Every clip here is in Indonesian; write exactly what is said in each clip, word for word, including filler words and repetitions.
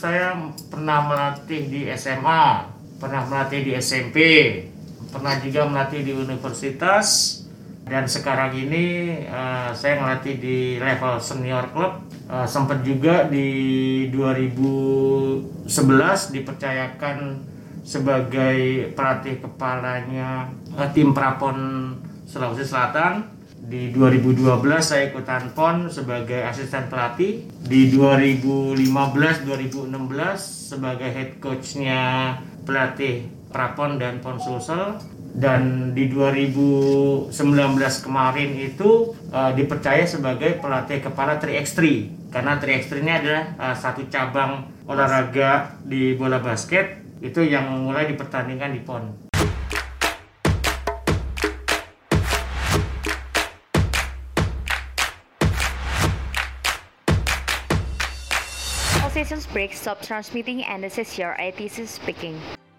Saya pernah melatih di S M A, pernah melatih di S M P, pernah juga melatih di universitas, dan sekarang ini uh, saya melatih di level senior club. Uh, sempat juga di dua ribu sebelas dipercayakan sebagai pelatih kepalanya uh, tim Prapon Sulawesi Selatan. Di dua ribu dua belas saya ikutan P O N sebagai asisten pelatih. Di dua ribu lima belas dua ribu enam belas sebagai head coachnya pelatih Prapon dan P O N Sulsel. Dan di dua ribu sembilan belas kemarin itu uh, dipercaya sebagai pelatih kepala tiga by tiga. Karena tiga by tiga ini adalah uh, satu cabang olahraga di bola basket itu yang mulai dipertandingkan di P O N. All stations break, stop transmitting, and this is your I T C speaking.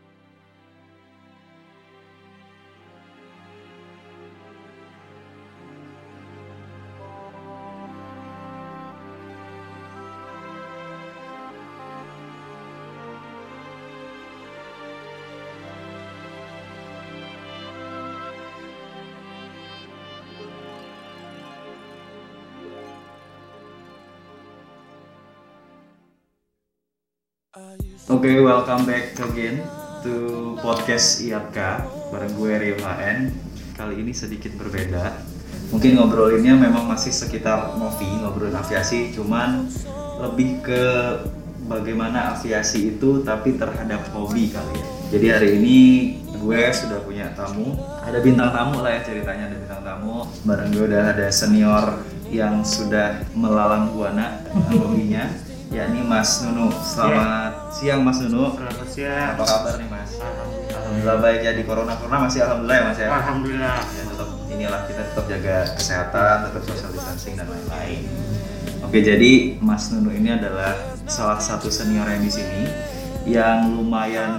Oke, okay, welcome back again to podcast I A P K bareng gue Rio H N. Kali ini sedikit berbeda. Mungkin ngobrolinnya memang masih sekitar Novi, ngobrolin aviasi, cuman lebih ke bagaimana aviasi itu tapi terhadap hobi kali ya. Jadi hari ini gue sudah punya tamu, ada bintang tamu lah ya ceritanya, ada bintang tamu. Bareng gue udah ada senior yang sudah melalang buana hobinya, yakni Mas Nunu. Selamat yeah. siang Mas Nunu. Selamat siang. Apa kabar nih Mas? Alhamdulillah. Alhamdulillah baik ya, di corona-corona masih alhamdulillah ya Mas ya? Alhamdulillah. Ya tetap inilah, kita tetap jaga kesehatan, tetap social distancing dan lain-lain. Oke, jadi Mas Nunu ini adalah salah satu senior yang di sini yang lumayan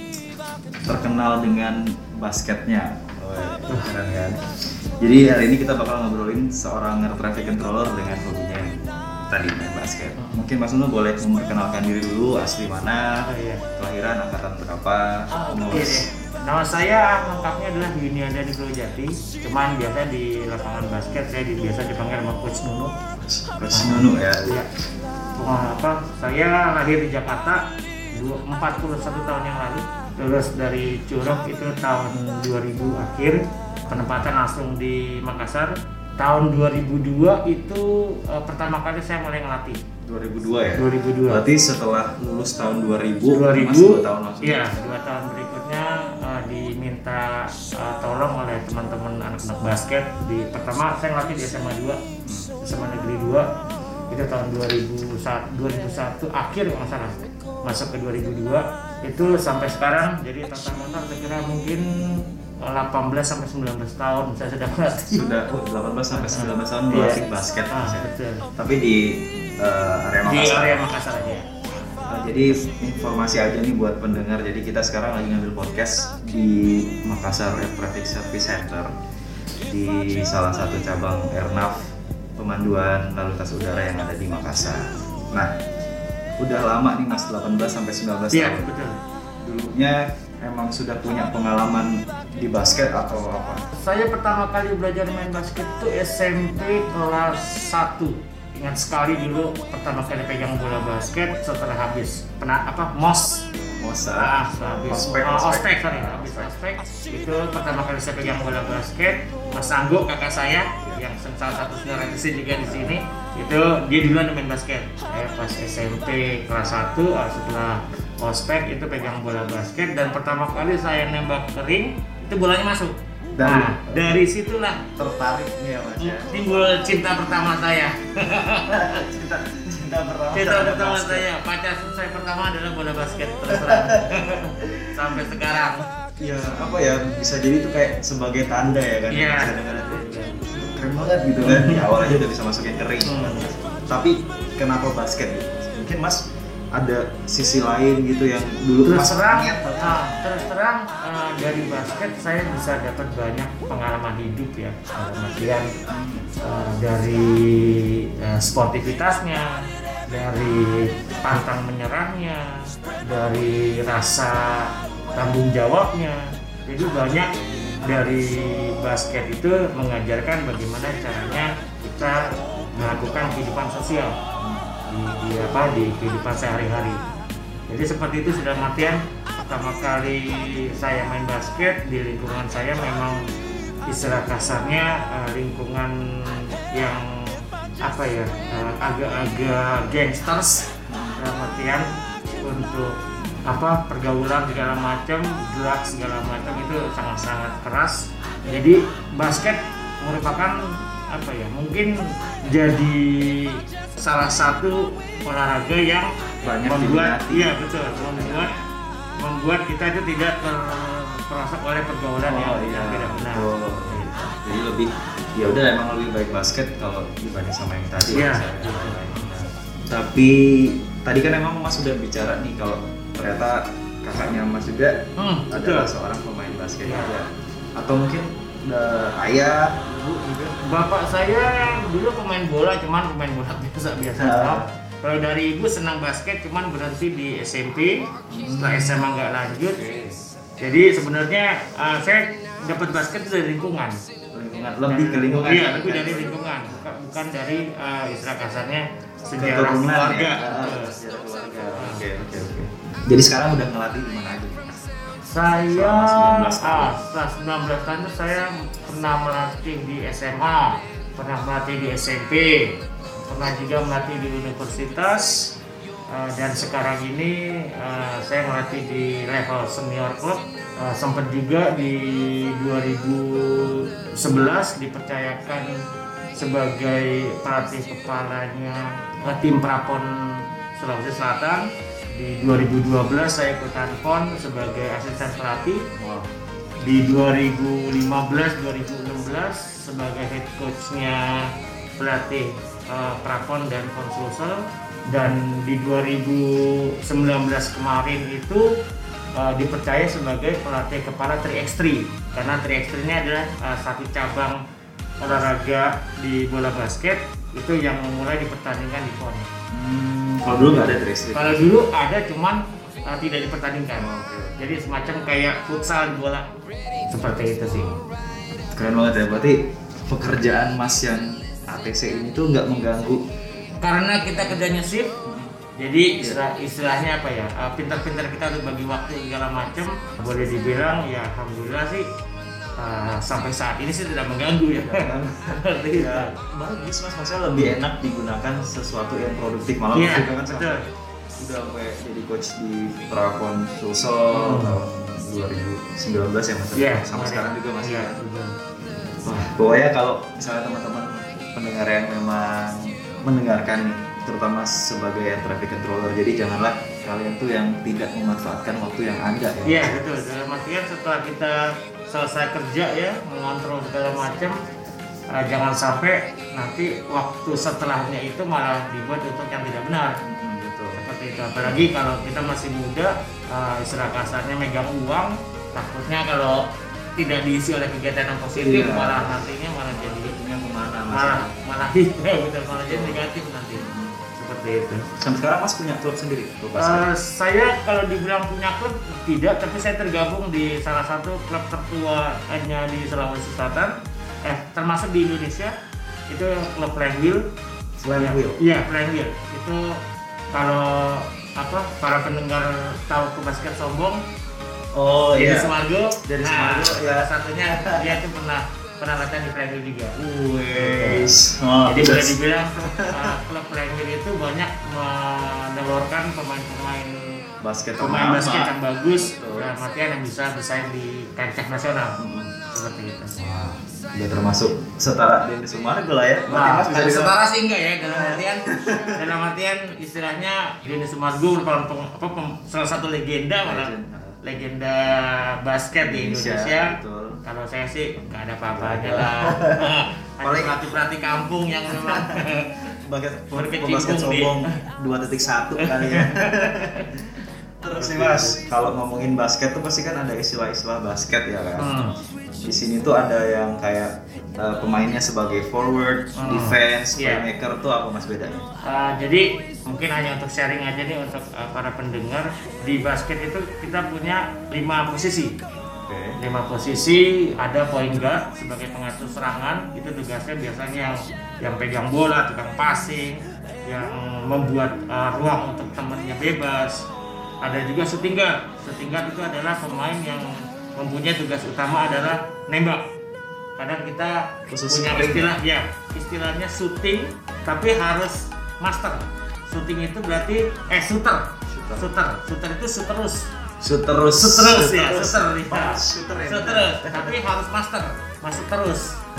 terkenal dengan basketnya. Oh, keren kan? Jadi hari ini kita bakal ngobrolin seorang air traffic controller dengan hobinya yang tadi main basket. Mungkin Mas Nunu boleh memperkenalkan diri dulu, asli mana, Oh, iya. kelahiran, angkatan berapa, Oke deh. Nama saya lengkapnya adalah Yunianda Nigrojati. Cuman biasa di lapangan basket saya di, biasa dipanggil sama Coach Nunu. Coach Nunu ya. Iya. Wah, apa? Saya lahir di Jakarta empat puluh satu tahun yang lalu. Lulus dari Curug itu tahun dua ribu akhir. Penempatan langsung di Makassar. Tahun dua ribu dua itu uh, pertama kali saya mulai ngelatih. dua ribu dua ya? dua ribu dua. Berarti setelah lulus tahun dua ribu, dua ribu Mas dua tahun langsung? Iya, dua tahun berikutnya uh, diminta uh, tolong oleh teman-teman anak-anak basket. Di pertama saya ngelatih di S M A dua, hmm. S M A Negeri dua. Itu tahun dua ribu satu akhir kalau nggak salah. Masuk ke dua ribu dua itu sampai sekarang, jadi total-total saya kira mungkin delapan belas sampai sembilan belas tahun saya sudah melatih. Sudah oh, delapan belas sampai sembilan belas tahun melatih yeah. basket. Ah, betul. Tapi di uh, area Makassar. Di area Makassar aja. Uh, jadi informasi aja nih buat pendengar. Jadi kita sekarang lagi ngambil podcast di Makassar Air Traffic Service Center di salah satu cabang Airnav pemanduan lalu lintas udara yang ada di Makassar. Nah, udah lama nih Mas, delapan belas sampai sembilan belas yeah, tahun. Iya, betul. Dulunya emang sudah punya pengalaman di basket atau apa? Saya pertama kali belajar main basket itu S M P kelas satu. Ingat sekali dulu pertama kali pegang bola basket setelah habis pernah apa mos mos ah habis ospek oh, ospek, ospek sorry habis ospek itu pertama kali saya pegang bola basket. Mas Anggo kakak saya yang salah satu senior juga di sini itu dia duluan main basket. Saya pas S M P kelas satu setelah ospek itu pegang bola basket dan pertama kali saya nembak ke ring itu bolanya masuk. Dan nah, dari situlah tertariknya Mas ya. Timbul cinta pertama saya. cinta cinta pertama. Cinta pertama basket. Saya, pacar saya pertama adalah bola basket terus terang. Sampai sekarang. Ya, apa ya, bisa jadi itu kayak sebagai tanda ya kan. Iya. Keren banget gitu kan. Di awal aja udah bisa masukin ke ring. Hmm. Tapi kenapa basket gitu? Mungkin Mas ada sisi lain gitu yang dulu terus terang, nah, terus terang uh, dari basket saya bisa dapat banyak pengalaman hidup ya, dalam artian uh, dari uh, sportivitasnya, dari pantang menyerahnya, dari rasa tanggung jawabnya. Jadi banyak dari basket itu mengajarkan bagaimana caranya kita melakukan kehidupan sosial di, di apa di kehidupan sehari-hari. Jadi seperti itu sudah artian pertama kali saya main basket di lingkungan saya memang istilah kasarnya uh, lingkungan yang apa ya uh, agak-agak gangsters dalam artian untuk apa pergaulan segala macam, drugs segala macam itu sangat-sangat keras. Jadi basket merupakan apa ya mungkin jadi salah satu olahraga yang Banyak membuat diminati. iya betul membuat membuat kita itu tidak terperosok oleh pergaulan Oh, yang iya. yang tidak benar. Oh, jadi lebih ya udah emang lebih baik basket kalau dibanding sama yang tadi. Iya. misalnya. Tapi tadi kan emang Mas sudah bicara nih kalau ternyata kakaknya Mas juga Hmm, adalah betul. seorang pemain basket Iya. juga. Atau mungkin udah ayah, ibu juga. Bapak saya dulu pemain bola, cuman pemain bola biasa-biasa. Ah. Kalau dari ibu senang basket, cuman berhenti di S M P. Setelah S M A nggak lanjut. Jadi sebenarnya uh, saya dapat basket itu dari lingkungan. Lingkungan lebih ke lingkungan. Iya, kan? lebih dari lingkungan, bukan, bukan dari uh, istilah kasarnya sejarah Keturunan keluarga. ya. Ah, Betul. sejarah keluarga. Oke, oke, oke. Jadi sekarang udah ngelatih di mana aja? Saya Selama sembilan belas tahun. ah, setelah sembilan belas tahun itu saya pernah melatih di S M A, pernah melatih di S M P, pernah juga melatih di universitas, uh, dan sekarang ini uh, saya melatih di level senior club. Uh, sempat juga di dua ribu sebelas dipercayakan sebagai pelatih kepalanya uh, tim Prapon Sulawesi Selatan. Di dua ribu dua belas saya ikutan PON sebagai asisten pelatih. Wow. Di dua ribu lima belas dua ribu enam belas sebagai head coachnya pelatih uh, Prapon dan PON Sulsel. Dan di dua ribu sembilan belas kemarin itu uh, dipercaya sebagai pelatih kepala tiga by tiga karena tiga by tiga ini adalah uh, satu cabang olahraga di bola basket itu yang mulai dipertandingkan di PON. Hmm, kalau dulu nggak ada tiga by tiga. Kalau dulu ada cuman uh, tidak dipertandingkan. Jadi semacam kayak futsal di bola. Seperti itu sih. Keren banget ya, berarti pekerjaan Mas yang A T C ini tuh nggak mengganggu. Karena kita kerjanya shift, jadi istilah, istilahnya apa ya? uh, Pintar-pintar kita untuk bagi waktu segala macam. Boleh dibilang ya alhamdulillah sih uh, sampai saat ini sih tidak mengganggu ya. Seperti itu. Ya, bagus Mas, maksudnya lebih enak digunakan sesuatu yang produktif. Malah Iya, juga kan betul. sampai udah sampai jadi coach di Prapon Sulsel Hmm. tahun dua ribu sembilan belas ya Mas. Iya, Sampai kemarin. sekarang juga masih. Iya, ya. betul. Wah, pokoknya kalau misalnya teman-teman pendengar yang memang mendengarkan nih, terutama sebagai air traffic controller, jadi janganlah kalian tuh yang tidak memanfaatkan waktu yang ada ya. Iya betul. Dalam artian setelah kita selesai kerja ya mengontrol segala macam, uh, jangan sampai nanti waktu setelahnya itu malah dibuat untuk yang tidak benar. Hmm, betul. Seperti itu. Apalagi kalau kita masih muda, uh, istilah kasarnya megang uang, takutnya kalau tidak diisi oleh kegiatan yang positif, Iya. malah nantinya malah jadi Ininya kemana Mas? malah malah iya betul malah jadi negatif nanti. Seperti itu. Sampai sekarang Mas punya klub sendiri? Klub basket? Uh, saya kalau dibilang punya klub tidak, tapi saya tergabung di salah satu klub tertuanya di Sulawesi Selatan, eh termasuk di Indonesia itu klub Plainville. Plainville? Iya, Plainville. Itu kalau apa para pendengar tahu ke basket sombong, Oh dari iya. Sumargo, Dari nah, Sumargo, ya. salah satunya dia itu pernah pernah latihan di Plainville juga. Wes. Oh, Jadi boleh yes. dibilang uh, klub Plainville itu banyak menelurkan pemain-pemain basket pemain lama. basket yang bagus Betul. dalam artian yang bisa bersaing di kancah nasional. Hmm. Seperti itu. Wah, dia termasuk setara Denny Sumargo lah ya. Berarti Wah, Mas bisa kalau dibilang- setara sih enggak ya dalam artian dalam artian istilahnya Denny Sumargo merupakan pem- apa, pem- salah satu legenda malah Legend. legenda basket di Indonesia, Indonesia. betul. Kalau saya sih nggak ada apa-apanya lah. Hanya Paling- pelatih-pelatih kampung yang memang Basket, Berkecimpung basket di- sombong dua titik satu kali ya. Terus nih Mas, kalau ngomongin basket tuh pasti kan ada istilah-istilah basket ya kan. Hmm. Di sini tuh ada yang kayak uh, pemainnya sebagai forward, Hmm. defense, Iya. playmaker tuh apa mas bedanya? Uh, jadi mungkin hanya untuk sharing aja nih untuk uh, para pendengar, di basket itu kita punya lima posisi. Oke. Lima posisi, ada point guard sebagai pengatur serangan, itu tugasnya biasanya yang yang pegang bola, tukang passing, yang membuat uh, ruang untuk temannya bebas. Ada juga shooting guard. Shooting guard itu adalah pemain yang mempunyai tugas utama adalah nembak. Kadang kita Khusus punya shooting. istilah ya, istilahnya shooting tapi harus master. Shooting itu berarti eh shooter. Shooter. Shooter, shooter itu shoot terus. Shoot terus. Shoot terus ya, terus. shooter ya. Oh, shooter ya. Shoot terus, tapi harus master, masuk terus.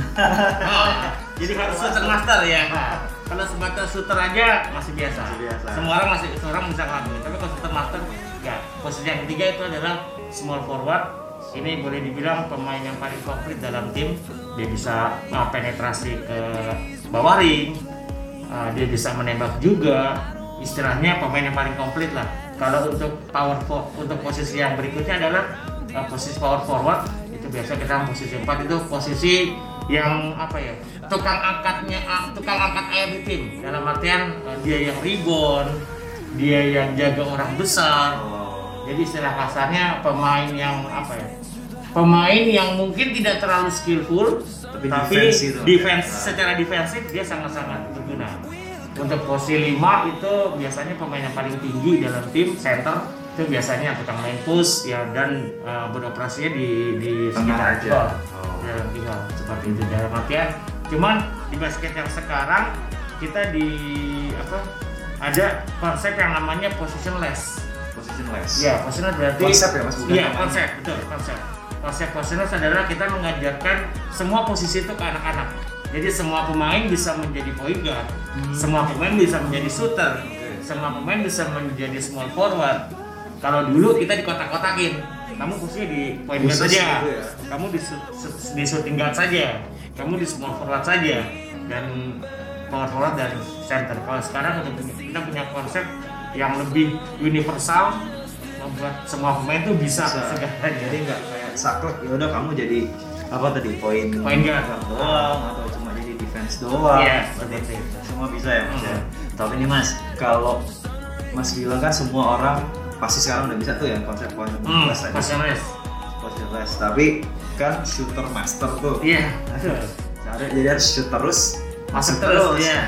Oh, jadi harus shooter master ya. Kalau sebatas shooter aja masih biasa. Masih biasa. Semua orang masih semua orang bisa ngelakuin. Tapi kalau shooter master ya. Posisi yang ketiga itu adalah small forward. Ini boleh dibilang pemain yang paling komplit dalam tim. Dia bisa uh, penetrasi ke bawah ring. Uh, dia bisa menembak juga. Istilahnya pemain yang paling komplit lah. Kalau untuk power forward, untuk posisi yang berikutnya adalah uh, posisi power forward. Itu biasa kita posisi empat itu posisi yang apa ya, tukang angkatnya, uh, tukang angkat air di tim. Dalam artian uh, dia yang rebound, dia yang jaga orang besar. Oh. Jadi istilah kasarnya pemain yang apa ya, pemain yang mungkin tidak terlalu skillful, Tapi tapi, defense itu, defense ya. secara defensif dia sangat-sangat berguna. Untuk posisi lima itu biasanya pemain yang paling tinggi dalam tim, center itu biasanya tukang main push ya, dan uh, beroperasinya di di Tengah sekitar aja. gol. Oh. Dalam tinggal seperti itu dalam artian. Cuman di basket yang sekarang kita di apa ada konsep yang namanya positionless. Positionless. Ya, positionless berarti Konsep ya, Mas, bukan Iya, namanya. konsep, betul, konsep. Konsep positionless adalah kita mengajarkan semua posisi itu ke anak-anak. Jadi semua pemain bisa menjadi point guard, Hmm. semua pemain bisa menjadi shooter, Oke. semua pemain bisa menjadi small forward. Kalau dulu kita dikotak-kotakin, kamu posisinya di point guard Khusus saja, gitu ya? kamu di, su- su- di shooting guard saja, kamu di small forward saja, dan power forward dan center. Kalau sekarang kita punya konsep yang lebih universal, membuat semua pemain tuh bisa, Bisa. segalanya. Jadi nggak kayak saklek, ya udah kamu jadi apa tadi poin Point guard. doang atau cuma jadi defense doang. Iya, seperti seperti itu. itu. Semua bisa ya mas ya. Hmm. Tapi nih mas, kalau mas bilang kan semua orang pasti sekarang udah bisa tuh ya konsep point Hmm, tadi. positionless. Positionless. Tapi kan shooter master tuh. Iya, betul. Ada- Jadi harus shoot terus, Masuk terus, ya.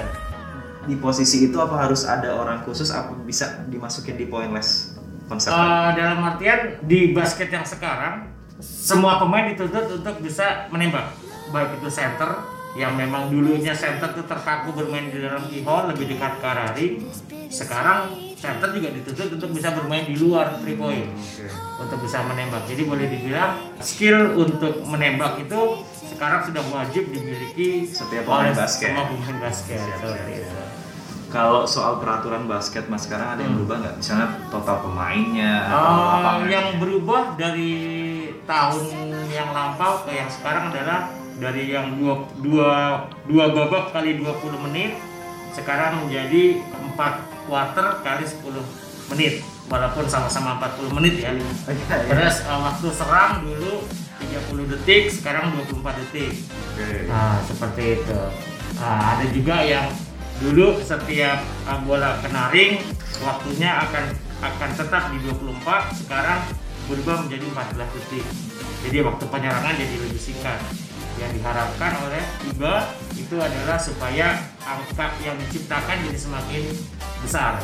Di posisi itu apa harus ada orang khusus, apa bisa dimasukin di pointless konsepnya? Uh, dalam artian di basket yang sekarang semua pemain dituntut untuk bisa menembak, baik itu center yang memang dulunya center itu terpaku bermain di dalam keyhole lebih dekat ke arah ring. Sekarang center juga dituntut untuk bisa bermain di luar three point Oke. untuk bisa menembak. Jadi boleh dibilang skill untuk menembak itu sekarang sudah wajib dimiliki Setiap pemain oleh basket. semua pemain basket. Siap, Seperti siap, itu. Kalau soal peraturan basket mas sekarang ada yang Hmm. berubah nggak? Misalnya total pemainnya atau Uh, lapangan? yang berubah dari tahun yang lampau ke yang sekarang adalah dari yang dua, dua, dua babak kali dua puluh menit sekarang menjadi empat quarter kali sepuluh menit, walaupun sama-sama empat puluh menit ya. Oh, iya, iya. Terus uh, waktu serang dulu tiga puluh detik, sekarang dua puluh empat detik. Oke. Nah, seperti itu. Nah, ada juga yang dulu setiap uh, bola kena ring waktunya akan akan tetap di dua puluh empat, sekarang berubah menjadi empat belas detik. Jadi waktu penyerangan jadi lebih singkat. Yang diharapkan oleh I B A itu adalah supaya angka yang diciptakan jadi semakin besar.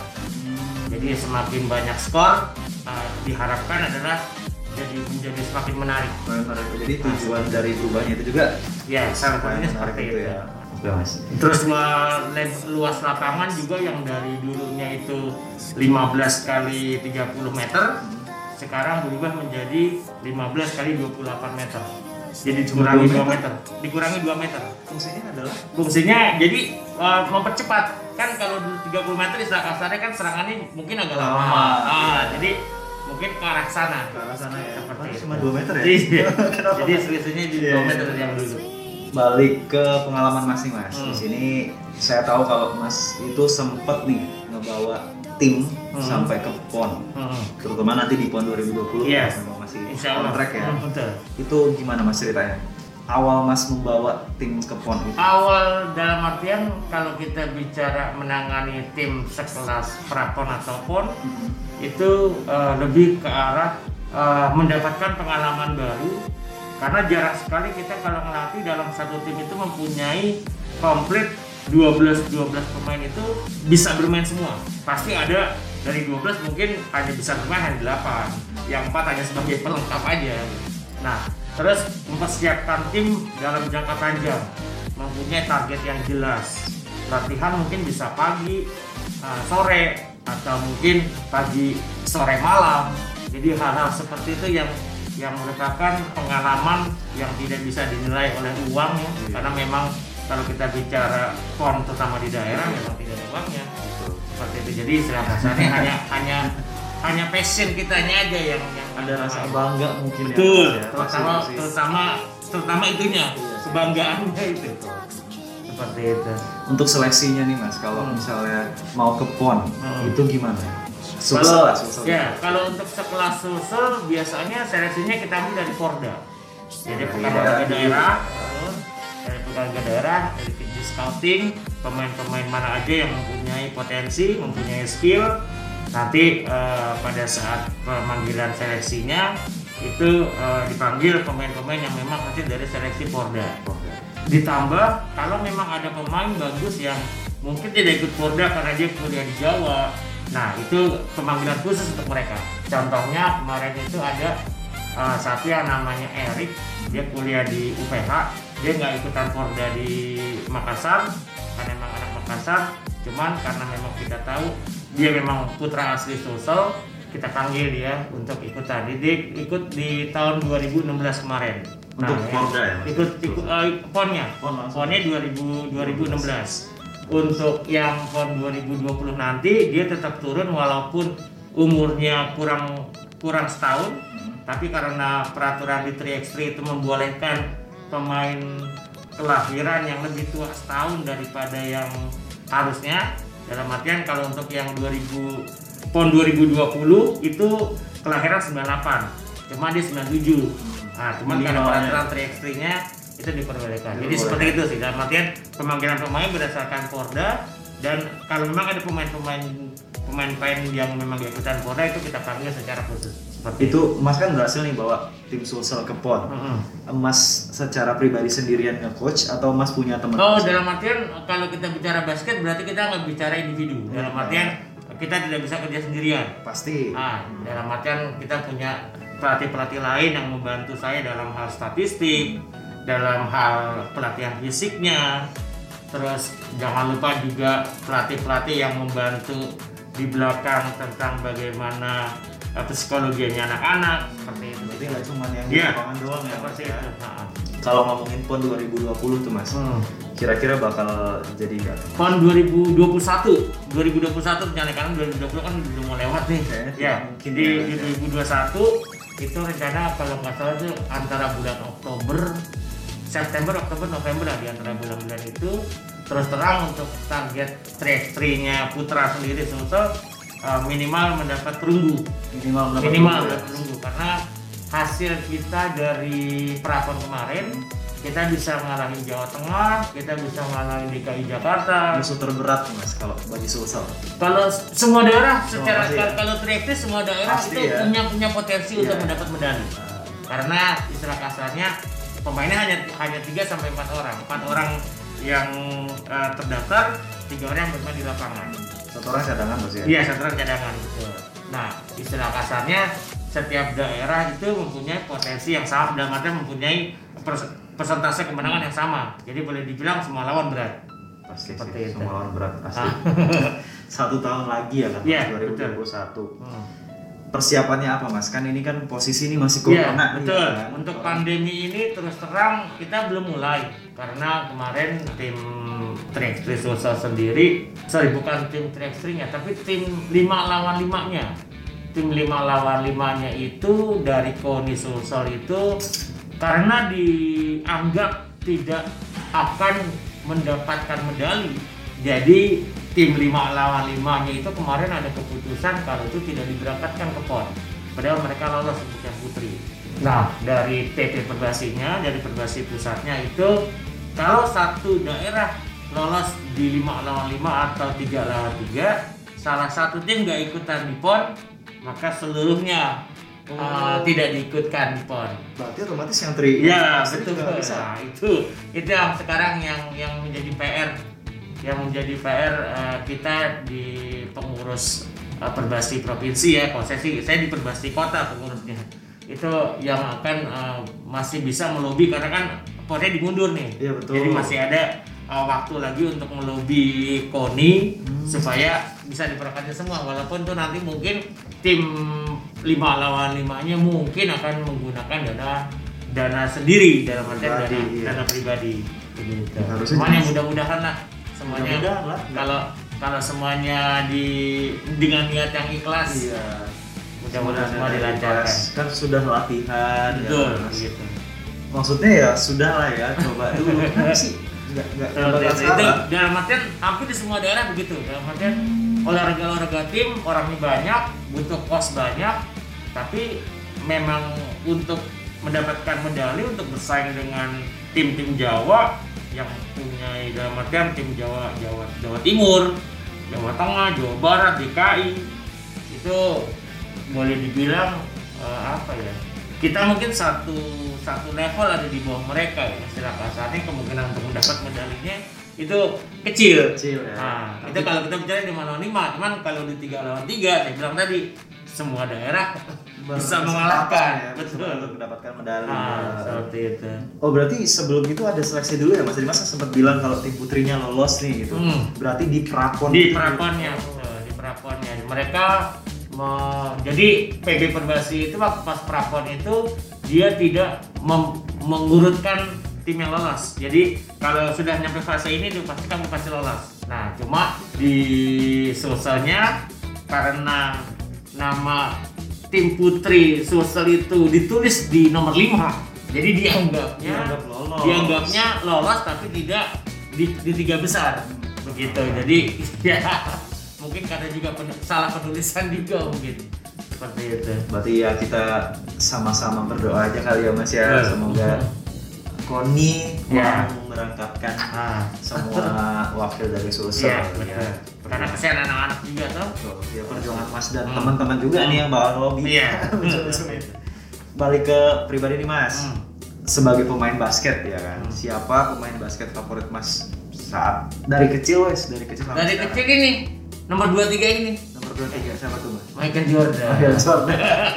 Jadi semakin banyak skor, uh, diharapkan adalah jadi menjadi semakin menarik. Benar, jadi tujuan dari perubahannya itu juga Ya, salah supaya satunya menarik seperti gitu itu. ya. Oke mas. Terus lua- le- luas lapangan juga yang dari dulunya itu lima belas kali tiga puluh meter, sekarang berubah menjadi lima belas kali dua puluh delapan meter. Jadi dikurangi dua meter, dikurangi dua meter. Fungsinya adalah Fungsinya jadi uh, mempercepat. Kan kalau dulu tiga puluh meter istilah kasarnya kan serangannya mungkin agak lama. Lama. Ah, jadi mungkin ke arah sana. ke arah sana ya. Seperti Oh, itu. cuma dua meter ya. Iya. Kenapa? Jadi selisihnya di Iya, dua iya. meter yang dulu. Balik ke pengalaman mas nih mas. Hmm. Di sini saya tahu kalau mas itu sempet nih ngebawa tim Hmm. sampai ke P O N, Hmm. terutama nanti di P O N dua ribu dua puluh. Iya. Memang masih Insya Allah. kontrak ya. Hmm, betul. Itu gimana mas ceritanya? awal Mas membawa tim ke P O N itu? Awal dalam artian kalau kita bicara menangani tim sekelas Prapon atau P O N hmm. itu uh, lebih ke arah uh, mendapatkan pengalaman baru, karena jarang sekali kita kalau ngelatih dalam satu tim itu mempunyai komplit dua belas pemain itu bisa bermain semua. Pasti ada dari dua belas mungkin hanya bisa bermain hanya delapan, yang empat hanya sebagai pelengkap aja. Nah, terus mempersiapkan tim dalam jangka panjang, mempunyai target yang jelas. Latihan mungkin bisa pagi, uh, sore, atau mungkin pagi, sore, malam. Jadi hal-hal seperti itu yang yang merupakan pengalaman yang tidak bisa dinilai oleh uang ya, karena memang kalau kita bicara P O N terutama di daerah memang tidak ada uangnya. Seperti itu. Jadi istilah kasarnya hanya hanya hanya passion kitanya aja yang, yang ada rasa bangga mungkin. Betul, ya, terutama pasti, terutama terutama itunya, iya, kebanggaannya itu. Seperti itu. Untuk seleksinya nih Mas, kalau hmm. misalnya mau ke P O N hmm. itu gimana? Kalau ya, kalau untuk sekelas Sulsel biasanya seleksinya kita ambil dari Porda. Jadi pegawai daerah, dari pegawai daerah, dari di scouting, pemain-pemain mana aja yang mempunyai potensi, mempunyai skill. Nanti uh, pada saat pemanggilan seleksinya itu uh, dipanggil pemain-pemain yang memang hasil dari seleksi Porda. Ditambah kalau memang ada pemain bagus yang mungkin tidak ikut Porda karena dia kuliah di Jawa, nah itu pemanggilan khusus untuk mereka. Contohnya kemarin itu ada uh, satu yang namanya Erik, dia kuliah di U P H, dia nggak ikutan Porda di Makassar karena memang anak Makassar, cuman karena memang kita tahu dia memang putra asli Sulsel, kita panggil dia untuk ikutan. Dia ikut di tahun dua ribu enam belas kemarin. Untuk nah, Porda ya? Ikut, ikut uh, P O N-nya, P O N-nya dua ribu enam belas. Untuk yang P O N dua ribu dua puluh nanti dia tetap turun walaupun umurnya kurang kurang setahun, hmm. tapi karena peraturan di tiga by tiga itu membolehkan pemain kelahiran yang lebih tua setahun daripada yang harusnya. Dalam artian kalau untuk yang dua ribu P O N dua ribu dua puluh itu kelahiran sembilan puluh delapan, cuma dia sembilan puluh tujuh. Nah, cuman karena peraturan tiga by tiga-nya itu diperbolehkan. Jadi seperti itu sih, dalam artian pemanggilan pemain berdasarkan Porda, dan kalau memang ada pemain-pemain pemain-pemain yang memang ikutan Porda itu kita panggil secara khusus. Seperti itu Mas kan berhasil nih bawa tim Sulsel ke P O N. Mm-hmm. Mas secara pribadi sendirian nge-coach atau Mas punya teman? Oh, dalam artian kalau kita bicara basket berarti kita nggak bicara individu. Hmm. Dalam artian kita tidak bisa kerja sendirian. Pasti. Ah, dalam artian kita punya pelatih-pelatih lain yang membantu saya dalam hal statistik, dalam hal pelatihan fisiknya. Terus jangan lupa juga pelatih-pelatih yang membantu di belakang tentang bagaimana uh, psikologinya anak-anak seperti itu. Berarti nggak cuma yang di ya, lapangan doang ya Mas ya. Nah. Kalau ngomongin P O N dua ribu dua puluh tuh Mas, hmm. kira-kira bakal jadi nggak? P O N dua ribu dua puluh satu, dua ribu dua puluh satu rencana kan dua ribu dua puluh kan udah mau lewat nih. Okay, ya, jadi di dua ribu dua puluh satu itu rencana kalau nggak salah itu antara bulan Oktober, September, Oktober, November lah, di antara bulan-bulan itu. Terus terang untuk target tiga by tiga-nya putra sendiri Sulsel uh, minimal mendapat perunggu. Minimal mendapat minimal perunggu, ya? perunggu karena hasil kita dari Prapon kemarin kita bisa ngalahin Jawa Tengah, kita bisa ngalahin D K I Jakarta. Musuh terberat Mas kalau bagi Sulsel. Kalau semua daerah secara ya? Kalau tiga by tiga semua daerah pasti itu ya? punya punya potensi yeah. untuk mendapat medali. Uh. Karena istilah kasarnya pemainnya hanya hanya tiga sampai empat orang. empat orang yang uh, terdaftar, tiga orang yang bermain di lapangan. Satu orang cadangan Mas ya? Iya, satu orang cadangan gitu. Nah, istilah kasarnya setiap daerah itu mempunyai potensi yang sama, dalam artian mempunyai persentase kemenangan yang sama. Jadi boleh dibilang semua lawan berat. Pasti seperti sih, itu. Semua lawan berat pasti. Satu tahun lagi ya kan, ya, dua ribu dua puluh satu. Hmm. Persiapannya apa Mas? Kan ini kan posisi ini masih corona. Ya, betul. Nih, kan? Untuk pandemi ini terus terang kita belum mulai karena kemarin tim tiga by tiga Sulsel sendiri, sorry bukan tim tiga by tiga-nya, tapi tim lima lawan lima-nya. Tim lima lawan lima-nya itu dari KONI Sulsel itu karena dianggap tidak akan mendapatkan medali. Jadi tim lima lawan lima-nya itu kemarin ada keputusan kalau itu tidak diberangkatkan ke P O N. Padahal mereka lolos untuk yang putri. Nah, dari T P Perbasinya, dari Perbasi pusatnya itu kalau satu daerah lolos di lima lawan lima atau tiga lawan tiga, salah satu tim nggak ikutan di P O N, maka seluruhnya oh. uh, tidak diikutkan di P O N. Berarti otomatis yang tri. Ya, betul. Nah, itu itu yang sekarang yang yang menjadi P R, yang menjadi P R uh, kita di pengurus uh, Perbasi provinsi ya. Kalau saya sih saya di Perbasi kota pengurusnya. Itu yang akan uh, masih bisa melobi karena kan P O N-nya dimundur nih. Iya, betul. Jadi masih ada uh, waktu lagi untuk melobi KONI hmm. supaya bisa diperangkatkan semua, walaupun tuh nanti mungkin tim lima lawan lima-nya mungkin akan menggunakan dana dana sendiri dalam artian dana, iya. dana pribadi gitu. Ya, semuanya mudah-mudahan lah semuanya mudah-mudahan lah. kalau kalau semuanya di dengan niat yang ikhlas. Iya. Mudah-mudahan semua dilancarkan. Kan sudah latihan. Betul. Ya, gitu. Maksudnya ya sudah lah ya, coba dulu. Kenapa sih? Nggak nggak bakal itu, itu dalam artian hampir di semua daerah begitu. Dalam artian olahraga-olahraga tim orangnya banyak, butuh kos banyak, tapi memang untuk mendapatkan medali untuk bersaing dengan tim-tim Jawa yang punya dalam artian tim Jawa, Jawa, Jawa Timur, Jawa Tengah, Jawa Barat, D K I itu boleh dibilang uh, apa ya? Kita mungkin satu satu level ada di bawah mereka ya. Istilah kasarnya kemungkinan untuk mendapat medalinya itu kecil. Kecil ya. Nah, itu kalau kita bicara di lima lawan lima, cuman kalau di tiga lawan tiga, saya bilang tadi semua daerah bisa mengalahkan ya, betul untuk mendapatkan medali. Nah, seperti itu. Oh, berarti sebelum itu ada seleksi dulu ya Mas? Jadi Mas sempat bilang kalau tim putrinya lolos nih gitu. Hmm. Berarti di prapon. Di praponnya, betul, di praponnya. Mereka me- jadi P B Perbasi itu waktu pas prapon itu dia tidak mem- mengurutkan tim yang lolos. Jadi kalau sudah nyampe fase ini dia pasti kamu pasti lolos. Nah, cuma di sosialnya karena nama tim putri Sulsel itu ditulis di nomor lima. Jadi dianggapnya Dianggap lolos. dianggapnya lolos tapi tidak di, di tiga besar. Begitu. Jadi ya mungkin karena juga pen, salah penulisan juga mungkin. Seperti itu. Berarti ya kita sama-sama berdoa aja kali ya Mas ya. Betul. Semoga KONI Ya. merangkapkan Ah. semua wakil dari Sulsel. Iya, betul. Karena kesian anak-anak juga tuh. Tuh, ya perjuangan Mas dan Hmm. teman-teman juga nih yang bawa lobby. Iya. Balik ke pribadi nih Mas. Hmm. Sebagai pemain basket ya kan. Hmm. Siapa pemain basket favorit Mas saat dari kecil wes, dari kecil sampai Dari sekarang? kecil ini nomor dua puluh tiga ini Nomor dua puluh tiga siapa tuh Mas? Michael Jordan. Michael Jordan.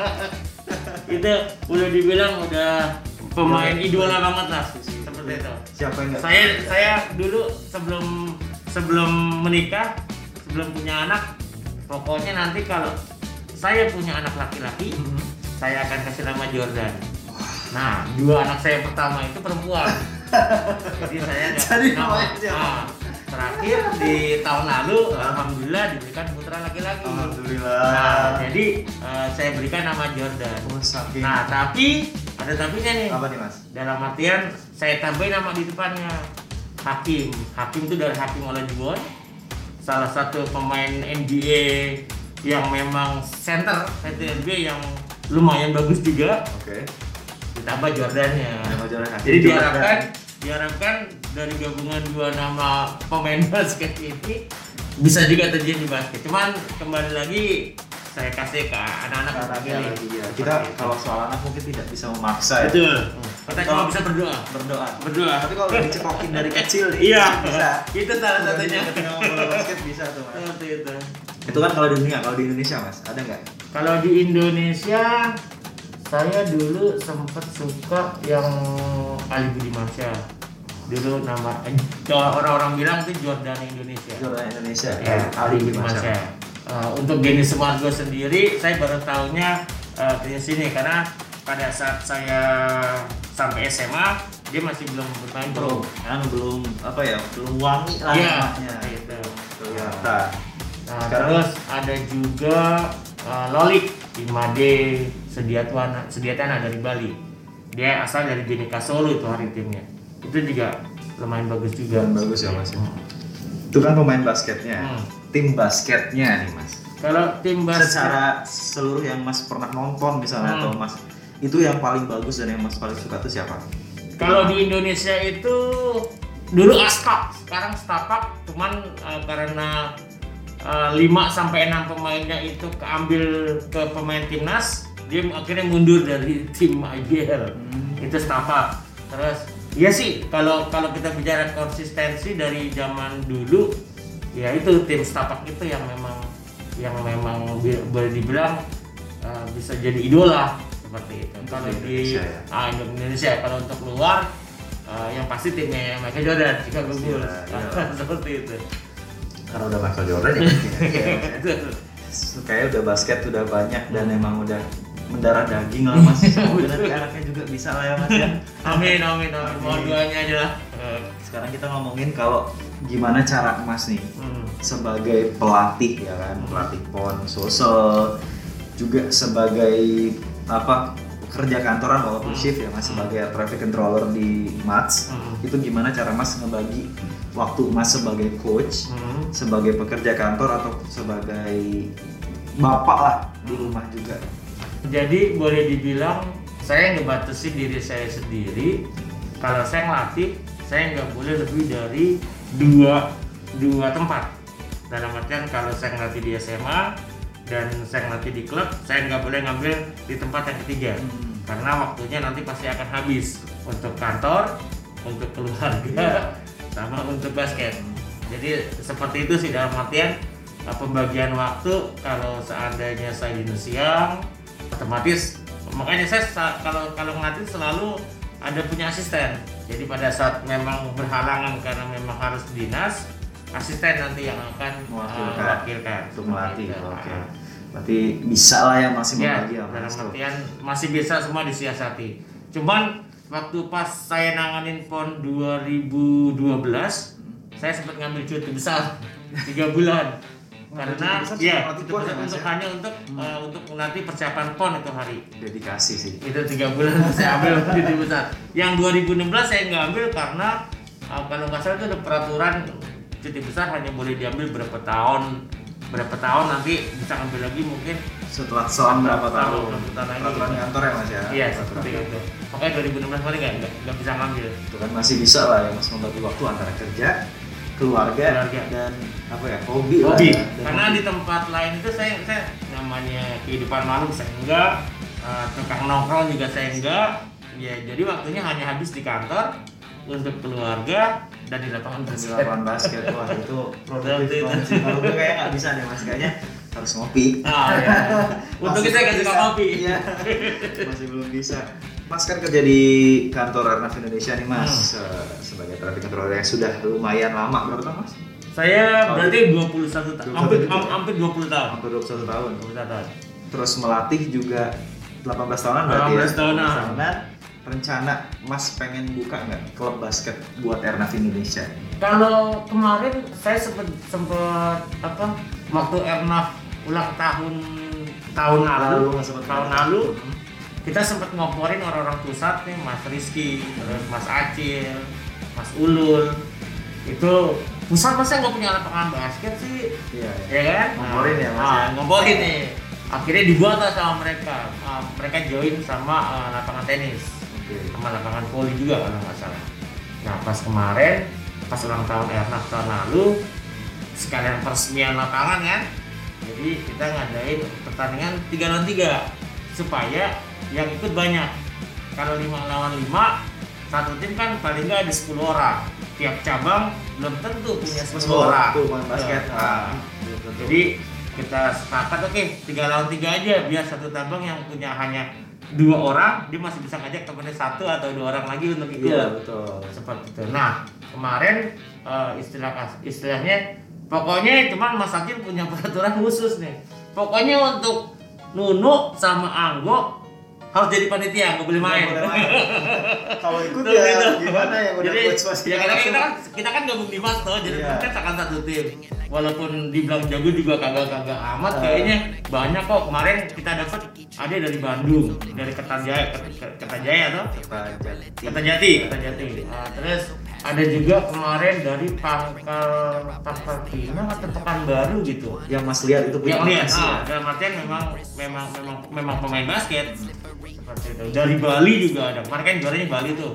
Itu udah dibilang udah pemain idola banget lah seperti itu. Siapa yang nggak Saya tahu? saya dulu sebelum sebelum menikah, sebelum punya anak, pokoknya nanti kalau saya punya anak laki-laki, Mhm. saya akan kasih nama Jordan. Nah, dua anak saya pertama itu perempuan. Jadi saya nggak Jadi nama. namanya siapa? Nah, terakhir di tahun lalu, alhamdulillah diberikan putra laki-laki. Alhamdulillah. Nah, jadi uh, saya berikan nama Jordan. Oh, saking. Nah, tapi ada tapinya nih. Apa nih Mas? Dalam artian saya tambahin nama di depannya Hakim. Hakim itu dari Hakim Olajuwon, salah satu pemain N B A yang memang center N B A yang lumayan bagus juga. Oke. Ditambah Jordannya. Nama Jordan Hakim. Jadi Jordan. diharapkan diharapkan dari gabungan dua nama pemain basket ini bisa juga terjadi di basket. Cuman kembali lagi saya kasih ke anak-anak untuk Anaknya pilih. lagi ya. Kita kalau soal anak mungkin tidak bisa memaksa ya. Betul. Kita cuma Kalau- bisa berdoa. Berdoa. Berdoa. Tapi kalau udah dicekokin dari kecil nih, Iya, bisa. itu salah satunya. Ketika ngomong bola basket bisa tuh Mas. Seperti itu. Itu kan kalau di dunia, kalau di Indonesia Mas, ada nggak? Kalau di Indonesia, saya dulu sempat suka yang Ali Budimansyah. Dulu nama kalau orang-orang bilang itu Jordan Indonesia. Jordan Indonesia. Ya, Ali Budimansyah. Budimansyah. Uh, untuk Denny Sumargo sendiri, saya baru tahunya uh, di sini karena pada saat saya sampai S M A dia masih belum bermain pro. Kan belum apa ya, belum wangi lah Iya, namanya. gitu. Ternyata. Nah, Sekarang- terus ada juga uh, Lolik Imade Sediatwana Sediatana dari Bali. Dia asal dari Bhinneka Solo itu hari timnya. Itu juga lumayan bagus juga. Lumayan bagus ya, Mas. Itu kan pemain basketnya. Hmm. Tim basketnya nih Mas. Kalau tim basket Secara seluruh yang Mas pernah nonton misalnya Hmm. atau Mas Itu yang paling bagus dan yang Mas paling suka tuh siapa? Kalau di Indonesia itu dulu Aspak, sekarang Setapak, cuman uh, karena uh, lima sampai enam pemainnya itu keambil ke pemain timnas, dia akhirnya mundur dari tim I B L. Hmm. Itu Setapak. Terus iya sih, kalau kalau kita bicara konsistensi dari zaman dulu, ya itu tim Setapak itu yang memang yang memang boleh dibilang uh, bisa jadi idola seperti itu. Kalau di Indonesia, ya? ah, Indonesia, kalau untuk luar uh, yang pasti timnya Michael Jordan, Chicago Bulls, seperti itu. Karena udah Michael Jordan ya. Kayaknya udah basket udah banyak dan emang udah mendarah daging lah Mas. Semoga nanti anaknya juga bisa lah ya Mas ya. Amin, amin, amin. Mohon doanya aja lah. Sekarang kita ngomongin kalau gimana cara Mas nih Hmm. sebagai pelatih ya kan, pelatih pon, sosel, juga sebagai apa pekerja kantoran walaupun Hmm. shift ya Mas, sebagai traffic controller di Mats. Hmm. Itu gimana cara Mas ngebagi waktu Mas sebagai coach, Hmm. sebagai pekerja kantor atau sebagai bapak lah di rumah juga? Jadi boleh dibilang saya ngebatasin diri saya sendiri. Kalau saya ngelatih, saya nggak boleh lebih dari dua dua tempat. Dalam artian kalau saya ngelatih di S M A dan saya ngelatih di klub, saya nggak boleh ngambil di tempat yang ketiga. Hmm. Karena waktunya nanti pasti akan habis untuk kantor, untuk keluarga, sama untuk basket. Jadi seperti itu sih dalam artian uh, pembagian waktu. Kalau seandainya saya jenuh siang, otomatis makanya saya sa- kalau kalau ngelatih selalu ada punya asisten. Jadi pada saat memang berhalangan karena memang harus dinas, asisten nanti yang akan Mewakilkan. uh, mewakilkan Untuk melatih. Gitu. Oke. Ah. Berarti bisa lah ya masih Ya, membagi ya dalam Mas. artian masih bisa semua disiasati. Cuman waktu pas saya nanganin PON dua ribu dua belas, saya sempat ngambil cuti besar tiga bulan. Karena cuti besar ya cuma itu PON ya, Mas, untuk ya? hanya untuk uh, untuk nanti persiapan PON itu hari. Dedikasi sih. Itu tiga bulan saya ambil cuti besar. Yang dua ribu enam belas saya nggak ambil karena uh, kalau nggak salah itu ada peraturan cuti besar hanya boleh diambil berapa tahun berapa tahun nanti bisa ambil lagi mungkin Setelah selang berapa Tahun, tahun? berapa tahun lagi. Peraturan kantor ya Mas ya? iya Peraturan seperti kantor. itu. Pokoknya dua ribu enam belas kemarin nggak nggak nggak bisa ngambil. Itu kan masih bisa lah ya Mas membagi waktu antara kerja, keluarga, Keluarga. dan apa ya hobi, lah Hobi. ya. Dan Karena hobi. di tempat lain itu saya saya namanya kehidupan malam saya enggak, uh, tukang nongkrong juga saya enggak. Ya jadi waktunya hanya habis di kantor untuk keluarga dan di lapangan di basket. lapangan basket wah itu produktif Itu. banget sih. Kalau gue kayak nggak bisa deh Mas, kayaknya harus ngopi. Ah, ya. Untuk Masih kita nggak suka bisa. kopi. Iya. Masih belum bisa. Mas kan kerja di kantor Airnav Indonesia nih Mas, Hmm. se- sebagai traffic controller yang sudah lumayan lama. Berapa tahun Mas? Saya Oh, berarti dua puluh satu tahun. dua puluh satu Hampir juga. ham- hampir dua puluh tahun. Hampir dua puluh satu tahun. dua puluh satu tahun. Terus melatih juga delapan belas tahunan berarti delapan belas ya? tahunan. delapan belas tahunan. Rencana Mas pengen buka nggak klub basket buat Airnav Indonesia? Kalau kemarin saya sempat sempat apa waktu Airnav ulang tahun tahun lalu, Lalu, sempat tahun kenal. lalu kita sempat ngomporin orang-orang pusat nih, Mas Rizky, terus Mas Acil, Mas Ulul. Itu pusat masa nggak punya lapangan basket sih, Iya. ya kan? Ngomporin ya, Mas, Ah, ya? ngomporin nih. Akhirnya dibuat lah sama mereka. Ah, mereka join sama ah, lapangan tenis, Oke. sama lapangan voli juga kalau nggak salah. Nah pas kemarin, pas ulang tahun Airnav tahun lalu, sekalian peresmian lapangan kan, jadi kita ngadain pertandingan tiga lawan tiga supaya yang ikut banyak. Kalau lima lawan lima, satu tim kan paling nggak ada sepuluh orang. Tiap cabang belum tentu punya sepuluh orang. Tuh main basket. Nah, Ah, belum tentu. jadi kita sepakat oke tiga lawan tiga aja biar satu tabang yang punya hanya dua orang dia masih bisa ngajak temennya satu atau dua orang lagi untuk ikut. Iya betul. Seperti itu. Nah kemarin eh, istilah istilahnya pokoknya cuman Mas Hakim punya peraturan khusus nih. Pokoknya untuk Nunu sama Anggo harus jadi panitia, nggak boleh main. Nggak boleh main. Kalau ikut Betul, ya gitu. gimana ya udah Jadi coach pas ya kita, kita kan kita kan gabung di Mas toh, jadi Iya. kita akan satu tim. Walaupun dibilang jago juga kagak-kagak amat, Ah. kayaknya banyak kok. Kemarin kita dapat ada dari Bandung, dari Kertajaya, Kertajaya toh, Kertajati. Kertajati, Kertajati. Ah, terus ada juga kemarin dari Pangkal Pangkal Pinang atau Pekanbaru gitu. Yang Mas lihat itu punya Yang lihat, Mas, ya? ah, dalam artian memang memang memang memang pemain basket. Seperti itu. Dari Bali juga ada. Kemarin kan juaranya Bali tuh.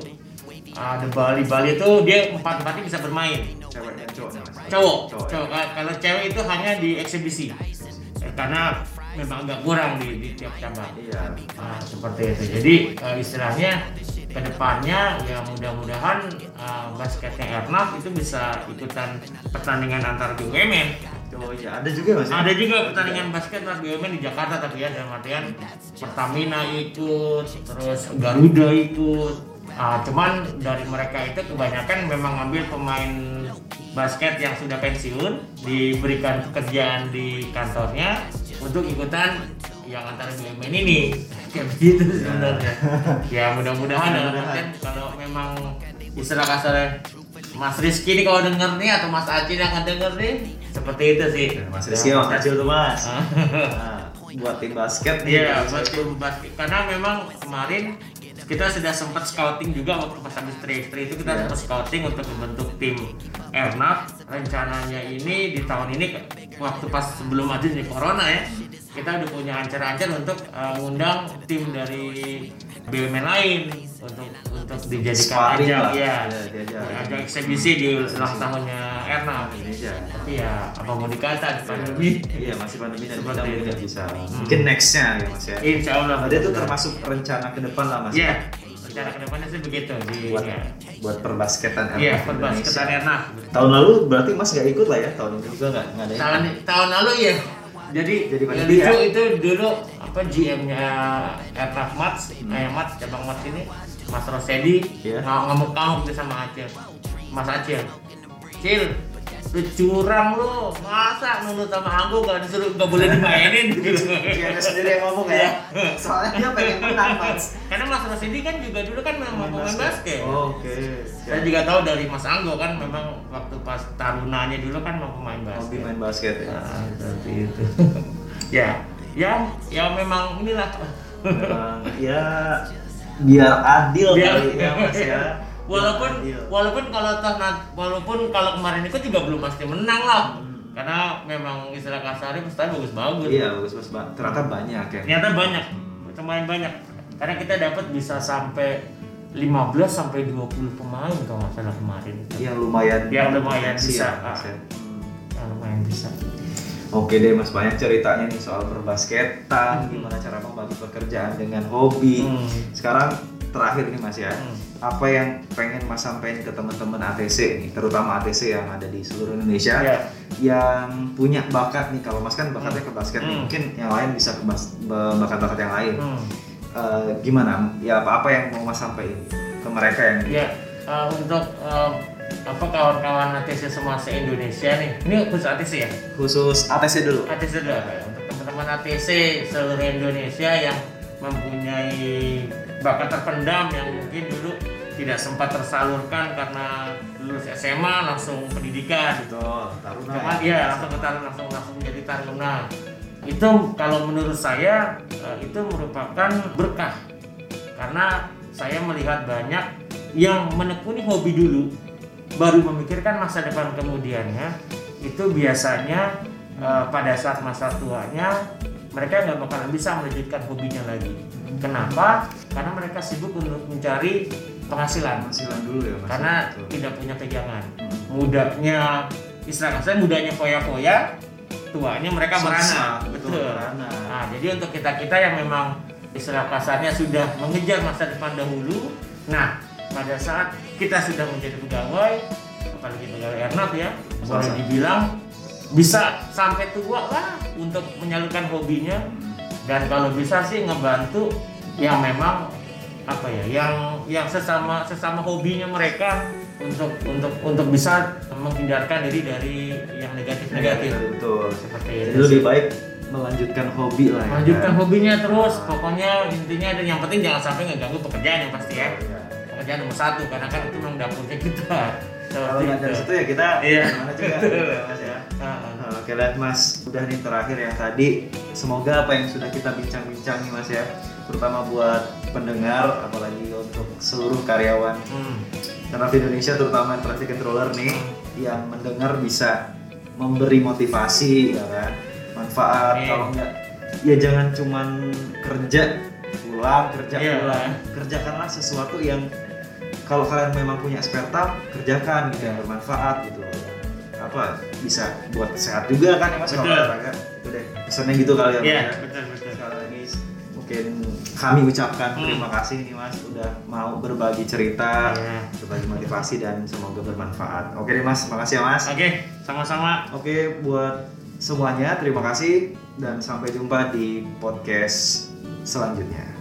Ada Bali Bali itu dia empat empatnya bisa bermain. Cewek dan cowok. Cowok. Cowok. Kalau cewek itu hanya di eksibisi. Eh, karena memang agak kurang di, di tiap cabang. Iya. Nah, seperti itu. Jadi uh, istilahnya kedepannya ya mudah-mudahan uh, basketnya Airnav itu bisa ikutan pertandingan antar B U M N. Oh iya, ada juga Mas. Ada juga pertandingan basket antar B U M N di Jakarta, tapi ya dalam artian Pertamina ikut, terus Garuda ikut. Uh, cuman dari mereka itu kebanyakan memang ngambil pemain basket yang sudah pensiun, diberikan pekerjaan di kantornya untuk ikutan yang antara B U M N ini. Kayak begitu sebenarnya. Ya mudah-mudahan dalam artian kalau memang istilah kasarnya Mas Rizky ini kalau denger nih atau Mas Acil yang ngedenger nih seperti itu sih. Mas Rizky, Mas Acil tuh Mas. Nah, buat tim basket nih. Iya, buat tim basket. Karena memang kemarin kita sudah sempat scouting juga waktu pas habis tiga x tiga itu kita yeah. sempat scouting untuk membentuk tim Airnav. Rencananya ini di tahun ini waktu pas sebelum ada nih corona ya, kita udah punya ancar-ancar untuk uh, ngundang tim dari B U M N lain untuk untuk dijadikan ajang ya, ajang eksibisi di ulang tahunnya Airnav Indonesia. Tapi ya apa mau dikata di pandemi? Iya masih pandemi dan kita tidak bisa. Mungkin nextnya ya Mas ya. Insya Allah. Ada itu termasuk rencana ke depan lah Mas. Iya. Rencana ke depannya sih begitu di buat, ya. buat perbasketan Airnav. Iya, perbasketan Airnav. Tahun lalu berarti Mas nggak ikut lah ya, tahun ini juga nggak nggak ada. Tahun tahun lalu ya. Jadi, Jadi yang lucu ya? Itu dulu apa G M-nya Airnav Mats, hmm. eh Mats cabang Mats ini, Mas Rosedi yeah. ngamuk-ngamuk tuh sama Acil, Mas Acil. Cil, lu curang lu, masa nurut sama Anggo gak disuruh gak boleh dimainin gitu. Dia sendiri yang ngomong ya. Soalnya dia pengen menang Mas. Karena Mas Rosedi kan juga dulu kan memang pemain basket. Oh, Oke. Okay. Saya juga tahu dari Mas Anggo kan memang waktu pas tarunanya dulu kan memang pemain basket. Hobi main basket ya. Nah, seperti itu. ya, ya, ya memang inilah. Memang ya biar adil biar, kali ya Mas ya. Walaupun walaupun kalau toh walaupun kalau kemarin itu juga belum pasti menang lah. Hmm. Karena memang istilah kasarnya pasti bagus-bagus. Iya, bagus-bagus banget. Ternyata banyak ya. Ternyata banyak. Lumayan banyak. Karena kita dapat bisa sampai lima belas sampai dua puluh pemain kalau nggak salah kemarin. Yang lumayan. Yang lumayan bisa. Ya, ah. Yang lumayan bisa. Oke deh Mas, banyak ceritanya nih soal perbasketan, hmm. gimana cara membagi pekerjaan dengan hobi. Hmm. Sekarang terakhir nih Mas ya, hmm. apa yang pengen Mas sampaikan ke teman-teman A T C nih, terutama A T C yang ada di seluruh Indonesia, yeah. yang punya bakat nih. Kalau Mas kan bakatnya ke basket, hmm. mungkin yang lain bisa ke bas- bakat-bakat yang lain. Hmm. Uh, gimana? Ya apa-apa yang mau Mas sampaikan ke mereka yang? Ya, uh, untuk uh, apa kawan-kawan A T C semua se-Indonesia nih. Ini khusus A T C ya? Khusus A T C dulu. A T C dulu. Ya. Untuk teman-teman A T C seluruh Indonesia yang mempunyai bakat terpendam yang mungkin dulu tidak sempat tersalurkan karena lulus S M A langsung pendidikan. Betul. Taruna. Cuman ya langsung ke taruna, langsung langsung menjadi taruna. Itu kalau menurut saya itu merupakan berkah. Karena saya melihat banyak yang menekuni hobi dulu baru memikirkan masa depan kemudiannya, itu biasanya uh, pada saat masa tuanya mereka nggak bakalan bisa melanjutkan hobinya lagi. Kenapa? Karena mereka sibuk untuk mencari penghasilan. Penghasilan dulu ya Mas. Karena betul. Tidak punya pegangan. Mudanya, istilah kasarnya mudanya foya-foya, tuanya mereka merana. Betul. Betul. Merana. Nah, jadi untuk kita-kita yang memang istilah kasarnya sudah mengejar masa depan dahulu, nah pada saat kita sudah menjadi pegawai, apalagi pegawai Airnav ya, boleh dibilang bisa sampai tua lah untuk menyalurkan hobinya. Dan kalau bisa sih ngebantu yang memang apa ya, yang yang sesama sesama hobinya mereka untuk untuk untuk bisa menghindarkan diri dari yang negatif-negatif. Betul. Seperti itu. Jadi lebih baik melanjutkan hobi lah. Ya. Melanjutkan hobinya terus, pokoknya intinya dan yang penting jangan sampai ngeganggu pekerjaan yang pasti ya. Pekerjaan nomor satu karena kan itu memang dapurnya kita. Kalau nggak dari situ ya kita iya. Mana juga ya Mas ya. Uh, Oke lah Mas, udah nih terakhir yang tadi, semoga apa yang sudah kita bincang-bincang nih Mas ya, terutama buat pendengar, apalagi untuk seluruh karyawan hmm. Airnav Indonesia, terutama traffic controller nih, hmm. yang mendengar bisa memberi motivasi ya kan, manfaat. Yeah. Kalau nggak ya jangan cuman kerja pulang, kerja Iya. pulang. Kerjakanlah sesuatu yang kalau kalian memang punya spare time, kerjakan gitu yang bermanfaat gitu. Apa bisa buat sehat juga kan ya Mas kalau Betul. olahraga. Itu deh. Pesannya gitu kali ya. Mas, Iya, ya. betul betul. Sekali lagi mungkin kami ucapkan Hmm. terima kasih nih Mas udah mau berbagi cerita, Iya. berbagi motivasi dan semoga bermanfaat. Oke deh Mas, makasih ya Mas. Oke, sama-sama. Oke buat semuanya terima kasih dan sampai jumpa di podcast selanjutnya.